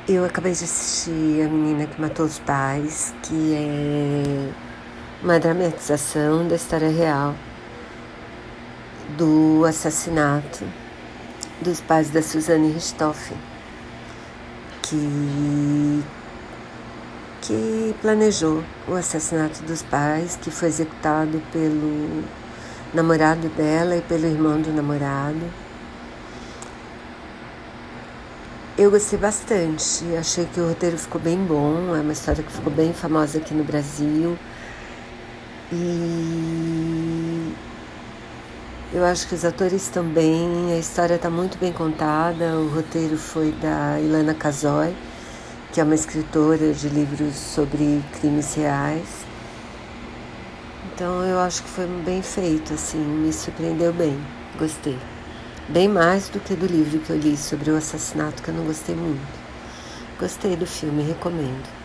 Eu acabei de assistir A Menina que Matou os Pais, que é uma dramatização da história real do assassinato dos pais da Suzane Richthofen, que planejou o assassinato dos pais, que foi executado pelo namorado dela e pelo irmão do namorado. Eu gostei bastante, achei que o roteiro ficou bem bom, é uma história que ficou bem famosa aqui no Brasil. E eu acho que os atores também, a história está muito bem contada, o roteiro foi da Ilana Kazoy, que é uma escritora de livros sobre crimes reais. Então eu acho que foi bem feito, assim, me surpreendeu bem, gostei. Bem mais do que do livro que eu li sobre o assassinato, que eu não gostei muito. Gostei do filme, recomendo.